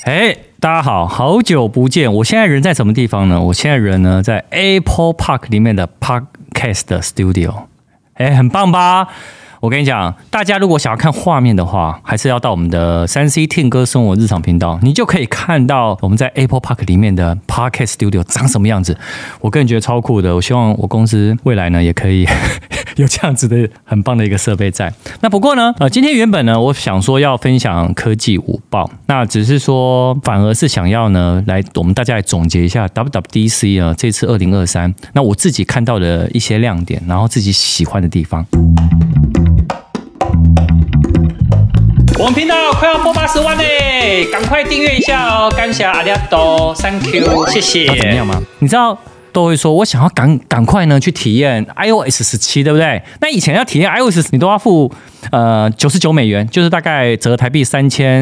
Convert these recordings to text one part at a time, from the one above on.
大家好，好久不见！我现在人在什么地方呢？我现在人呢在 Apple Park 里面的 Podcast Studio， 很棒吧？我跟你讲，大家如果想要看画面的话，还是要到我们的3C Tim 哥生活日常频道，你就可以看到我们在 Apple Park 里面的 Podcast Studio 长什么样子。我个人觉得超酷的，我希望我公司未来呢也可以有这样子的很棒的一个设备在。那不过呢，今天原本呢，我想说要分享科技午报，那只是说反而是想要呢我们大家来总结一下 WWDC 啊，这次2023，那我自己看到的一些亮点，然后自己喜欢的地方。我们频道快要破80万嘞，赶快订阅一下哦！感谢阿里阿多 ，Thank you， 谢谢。怎么样吗？你知道都会说，我想要赶快呢去体验 iOS 17，对不对？那以前要体验 iOS， 你都要付$99，就是大概折台币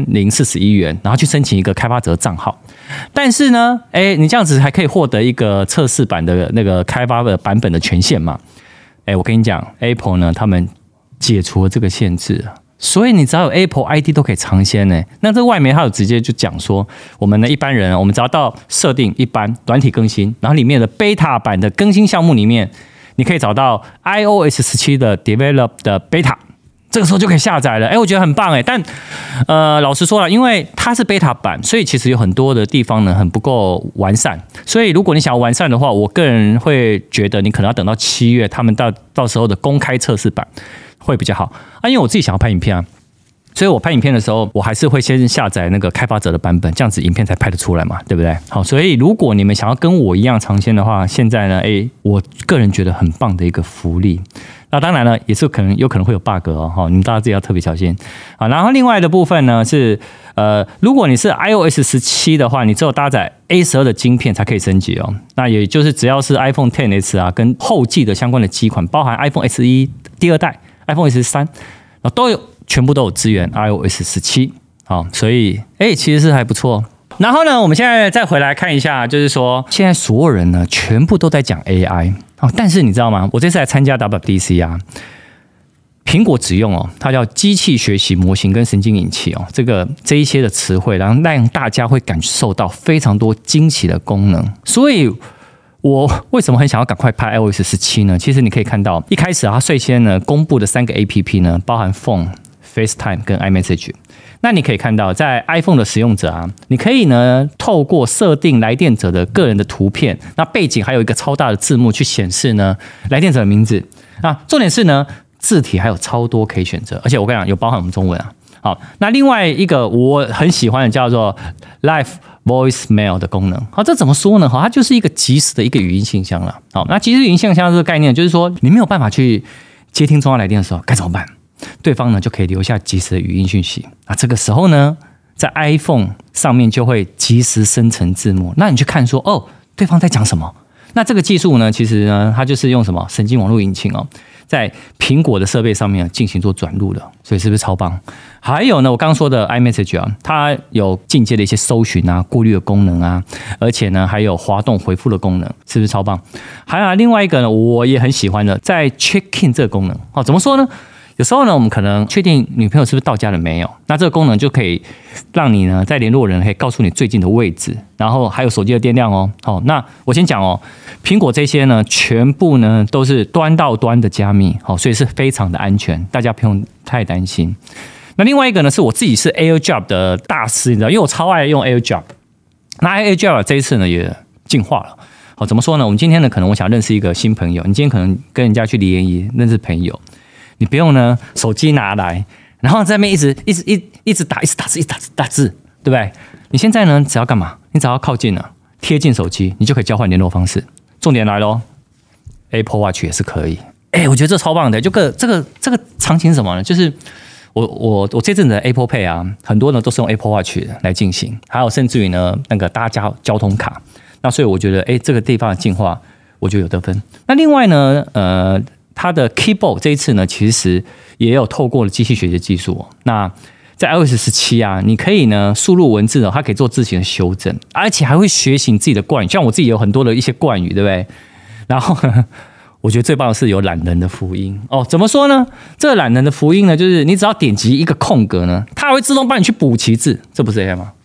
3041元，然后去申请一个开发者账号。但是呢，你这样子还可以获得一个测试版的那个开发的版本的权限嘛？我跟你讲 ，Apple 呢，他们解除了这个限制。所以你只要有 Apple ID 都可以尝鲜呢。那这外媒它有直接就讲说，我们的一般人，我们只要到设定一般软体更新，然后里面的 Beta 版的更新项目里面，你可以找到 iOS 17的 Develop 的 Beta， 这个时候就可以下载了。我觉得很棒。但老实说了，因为它是 Beta 版，所以其实有很多的地方呢很不够完善。所以如果你想要完善的话，我个人会觉得你可能要等到7月他们到时候的公开测试版会比较好啊，因为我自己想要拍影片啊，所以我拍影片的时候，我还是会先下载那个开发者的版本，这样子影片才拍得出来嘛，对不对？好，所以如果你们想要跟我一样尝鲜的话，现在呢，我个人觉得很棒的一个福利。那当然了，也是有可能会有 bug 哦，你们大家自己要特别小心啊。然后另外的部分呢是，如果你是 iOS 17的话，你只有搭载 A12 的晶片才可以升级哦。那也就是只要是 iPhone XS 啊，跟后继的相关的机款，包含 iPhone SE 第2代。iPhone S3 全部都有支援 iOS 17，好，所以其实是还不错。然后呢，我们现在再回来看一下，就是说现在所有人呢全部都在讲 AI，但是你知道吗？我这次来参加 WWDC 啊，苹果只用它叫机器学习模型跟神经引擎这一些的词汇，然后让大家会感受到非常多惊奇的功能，所以。我为什么很想要赶快拍 iOS 17呢？其实你可以看到，一开始它率先呢公布的3个 APP 呢，包含 Phone、FaceTime 跟 iMessage。那你可以看到，在 iPhone 的使用者啊，你可以呢透过设定来电者的个人的图片，那背景还有一个超大的字幕去显示呢来电者的名字。啊，重点是呢字体还有超多可以选择，而且我跟你讲，有包含我们中文啊。好，那另外一个我很喜欢的叫做 Live Voicemail 的功能，好，这怎么说呢？它就是一个即时的一个语音信箱了。好，那即时语音信箱这个概念，就是说你没有办法去接听重要来电的时候，该怎么办？对方呢就可以留下即时的语音讯息。那这个时候呢，在 iPhone 上面就会即时生成字幕。那你去看说，对方在讲什么？那这个技术呢，其实呢，它就是用什么神经网络引擎在苹果的设备上面进行做转录的，所以是不是超棒？还有呢，我刚刚说的 iMessage 啊，它有进阶的一些搜寻啊、过滤的功能啊，而且呢还有滑动回复的功能，是不是超棒？还有另外一个呢，我也很喜欢的，在 Check In 这个功能，怎么说呢？有时候呢，我们可能确定女朋友是不是到家了没有，那这个功能就可以让你呢，在联络人可以告诉你最近的位置，然后还有手机的电量哦。好，那我先讲苹果这些呢，全部呢都是端到端的加密，好，所以是非常的安全，大家不用太担心。那另外一个呢，是我自己是 AirDrop 的大师，你知道，因为我超爱用 AirDrop。那 AirDrop 这一次呢也进化了。好，怎么说呢？我们今天呢，可能我想认识一个新朋友，你今天可能跟人家去联谊认识朋友。你不用呢，手机拿来，然后在那边一直打字，对不对？你现在呢，只要干嘛？你只要靠近了，贴近手机，你就可以交换联络方式。重点来咯 ，Apple Watch 也是可以。我觉得这超棒的。这个场景是什么呢？就是我这阵子的 Apple Pay 啊，很多呢都是用 Apple Watch 来进行，还有甚至于呢那个大家交通卡。那所以我觉得，这个地方的进化，我觉得有得分。那另外呢，它的 Keyboard 这一次呢，其实也有透过了机器学习技术。那在 iOS 17啊，你可以呢输入文字它可以做字形的修正，而且还会学习你自己的惯语。像我自己有很多的一些惯语，对不对？然后我觉得最棒的是有懒人的福音怎么说呢？这个懒人的福音呢，就是你只要点击一个空格呢，它还会自动帮你去补齐字，这不是 AI 吗？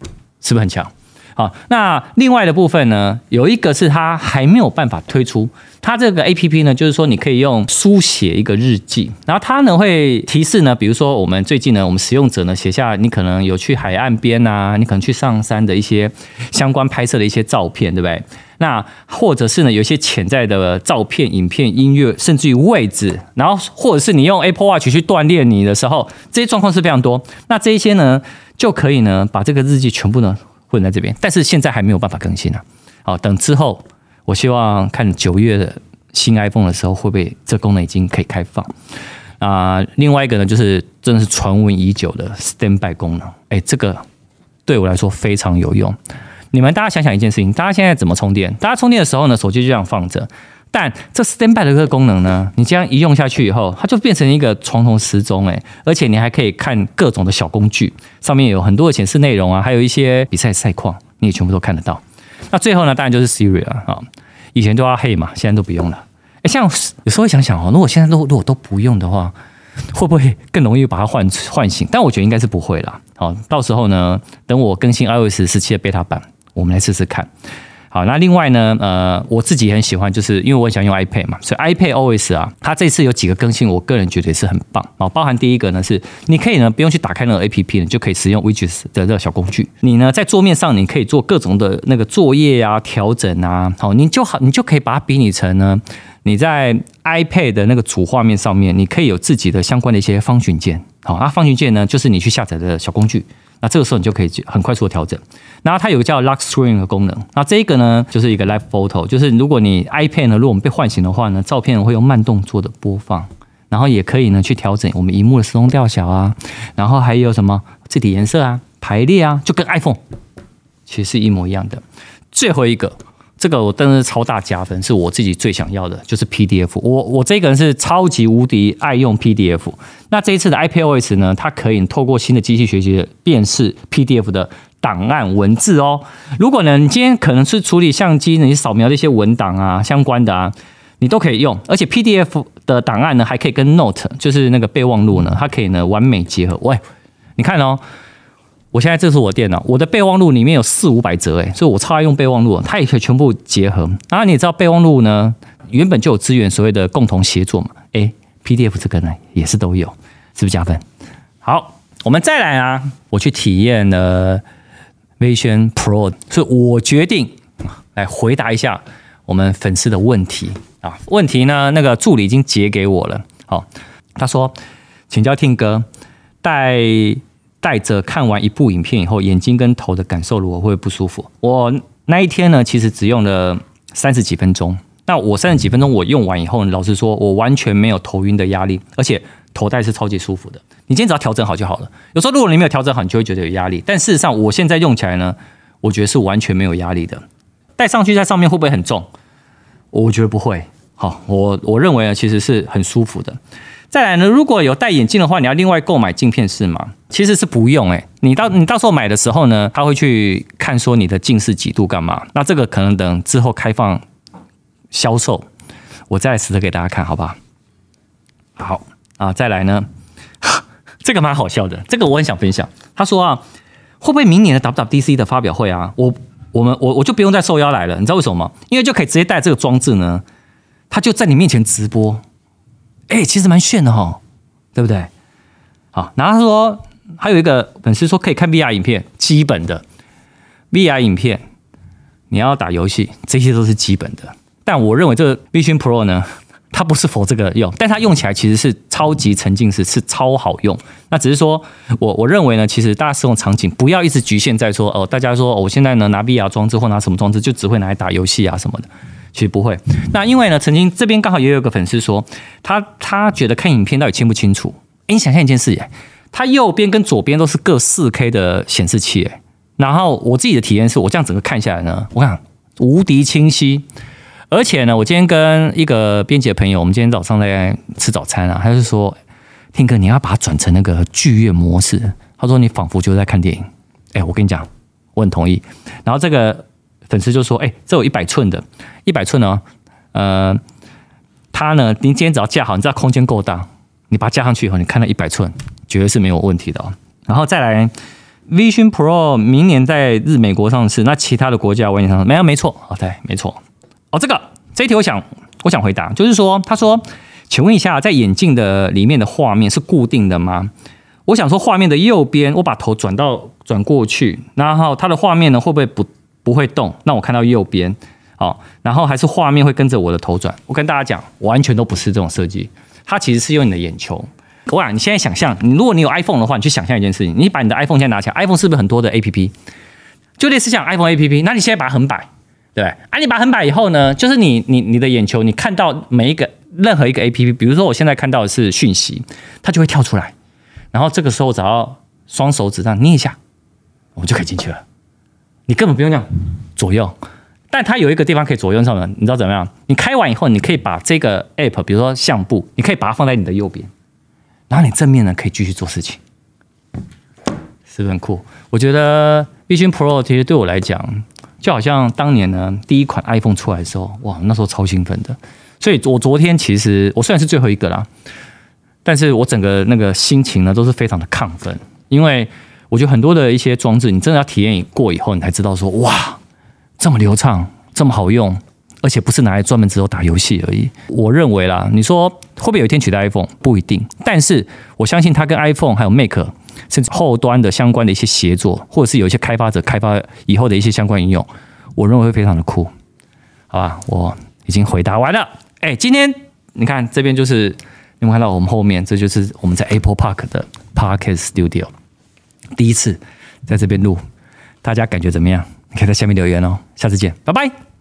是不是很强？好，那另外的部分呢，有一个是它还没有办法推出，它这个 APP 呢，就是说你可以用书写一个日记，然后它呢会提示呢，比如说我们最近呢，我们使用者呢写下你可能有去海岸边啊，你可能去上山的一些相关拍摄的一些照片，对不对？那或者是呢，有一些潜在的照片、影片、音乐，甚至于位置，然后或者是你用 Apple Watch 去锻炼你的时候，这些状况是非常多。那这一些呢，就可以呢把这个日记全部呢混在这边，但是现在还没有办法更新啊。好，等之后，我希望看9月的新 iPhone 的时候，会不会这功能已经可以开放啊？另外一个呢，就是真的是传闻已久的 Standby 功能，这个对我来说非常有用。你们大家想想一件事情，大家现在怎么充电？大家充电的时候呢，手机就这样放着。但这 Standby 的这个功能呢，你这样一用下去以后，它就变成一个床头时钟而且你还可以看各种的小工具，上面有很多的显示内容啊，还有一些比赛赛况，你也全部都看得到。那最后呢，当然就是 Siri 啊，以前都要 Hey 嘛，现在都不用了。像有时候会想想如果现在如果都不用的话，会不会更容易把它唤醒？但我觉得应该是不会啦。好，到时候呢，等我更新 iOS 17的 beta 版，我们来试试看。好，那另外呢，我自己也很喜欢，就是因为我很想用 iPad 嘛，所以 iPad OS 啊，它这次有几个更新，我个人觉得也是很棒啊。包含第一个呢是，你可以呢不用去打开那个 APP 呢，就可以使用 Widgets 的这个小工具。你呢在桌面上，你可以做各种的那个作业啊、调整啊，好，你就可以把它比拟成呢，你在 iPad 的那个主画面上面，你可以有自己的相关的一些方群键。好，那方群键呢，就是你去下载的小工具。那这个时候你就可以很快速的调整。然后它有个叫 Lock Screen 的功能，那这个呢就是一个 Live Photo， 就是如果你 iPad 呢，如果我们被唤醒的话呢，照片会用慢动作的播放，然后也可以呢去调整我们萤幕的时钟调小啊，然后还有什么字体颜色啊、排列啊，就跟 iPhone 其实是一模一样的。最后一个，这个我真的是超大加分，是我自己最想要的，就是 PDF。我这个人是超级无敌爱用 PDF。那这一次的 iPadOS 呢，它可以透过新的机器学习的辨识 PDF 的档案文字哦。如果呢，你今天可能是处理相机，你扫描的一些文档啊、相关的啊，你都可以用。而且 PDF 的档案呢，还可以跟 Note， 就是那个备忘录呢，它可以呢完美结合。喂，你看哦。我现在这是我的电脑，我的备忘录里面有400-500则，所以我超爱用备忘录，它也可以全部结合。然后你也知道备忘录呢，原本就有资源所谓的共同协作嘛，PDF 这个呢也是都有，是不是加分？好，我们再来啊，我去体验了 Vision Pro， 所以我决定来回答一下我们粉丝的问题啊。问题呢，那个助理已经截给我了。好，他说，请教Tim哥，带着看完一部影片以后，眼睛跟头的感受如何，会不会不舒服？我那一天呢，其实只用了30几分钟。那我30几分钟我用完以后，老实说，我完全没有头晕的压力，而且头戴是超级舒服的。你今天只要调整好就好了。有时候如果你没有调整好，你就会觉得有压力。但事实上，我现在用起来呢，我觉得是完全没有压力的。戴上去在上面会不会很重？我觉得不会。好，我认为呢，其实是很舒服的。再来呢，如果有戴眼镜的话，你要另外购买镜片式吗？其实是不用你到时候买的时候呢，他会去看说你的近视几度干嘛？那这个可能等之后开放销售，我再实的给大家看，好不好？好啊，再来呢，这个蛮好笑的，这个我很想分享。他说啊，会不会明年的 WWDC 的发表会啊，我就不用再受邀来了，你知道为什么吗？因为就可以直接带这个装置呢，他就在你面前直播。其实蛮炫的齁，对不对？好，然后他说还有一个粉丝说可以看 VR 影片，基本的 VR 影片，你要打游戏，这些都是基本的。但我认为这个 Vision Pro 呢，它不是否这个用，但它用起来其实是超级沉浸式，是超好用。那只是说我认为呢，其实大家使用场景不要一直局限在说大家说我现在呢拿 VR 装置或拿什么装置就只会拿来打游戏啊什么的。其实不会。那因为呢，曾经这边刚好也有一个粉丝说，他觉得看影片到底清不清楚？你想象一件事他右边跟左边都是各4K 的显示器然后我自己的体验是我这样整个看下来呢，我看无敌清晰。而且呢，我今天跟一个编辑的朋友，我们今天早上在吃早餐啊，他就说，Tim哥你要把它转成那个剧院模式，他说你仿佛就在看电影。我跟你讲，我很同意。然后这个粉丝就说：“这有100寸的，100寸呢，它呢，你今天只要架好，你知道空间够大，你把它架上去以后，你看到100寸，绝对是没有问题的哦。然后再来， Vision Pro 明年在美国上市，那其他的国家我跟你说没错，对，没错。这一题我想回答，就是说，他说，请问一下，在眼镜的里面的画面是固定的吗？我想说，画面的右边，我把头转过去，然后它的画面呢会不会不会动？让我看到右边，然后还是画面会跟着我的头转？我跟大家讲，完全都不是这种设计，它其实是用你的眼球。你现在想象，如果你有 iPhone 的话，你去想象一件事情，你把你的 iPhone 现在拿起来 ，iPhone 是不是很多的 APP？ 就类似像 iPhone APP， 那你现在把它横摆，对不对？你把它横摆以后呢，就是你的眼球，你看到任何一个 APP， 比如说我现在看到的是讯息，它就会跳出来，然后这个时候只要双手指这样捏一下，我们就可以进去了。你根本不用这样左右。但它有一个地方可以左右上的，你知道怎么样？你开完以后，你可以把这个 app， 比如说相簿，你可以把它放在你的右边，然后你正面呢可以继续做事情，是不是很酷？我觉得 Vision Pro 其实对我来讲，就好像当年呢第一款 iPhone 出来的时候，哇，那时候超兴奋的。所以我昨天其实我虽然是最后一个啦，但是我整个那个心情呢都是非常的亢奋，因为我觉得很多的一些装置，你真的要体验过以后，你才知道说，哇，这么流畅，这么好用，而且不是拿来专门只有打游戏而已。我认为啦，你说会不会有一天取代 iPhone？ 不一定，但是我相信它跟 iPhone 还有 Mac 甚至后端的相关的一些协作，或者是有一些开发者开发以后的一些相关应用，我认为会非常的酷。好吧，我已经回答完了。今天你看这边就是你们看到我们后面，这就是我们在 Apple Park 的 Podcast Studio 第一次在这边录，大家感觉怎么样？你可以在下面留言哦。下次见，拜拜。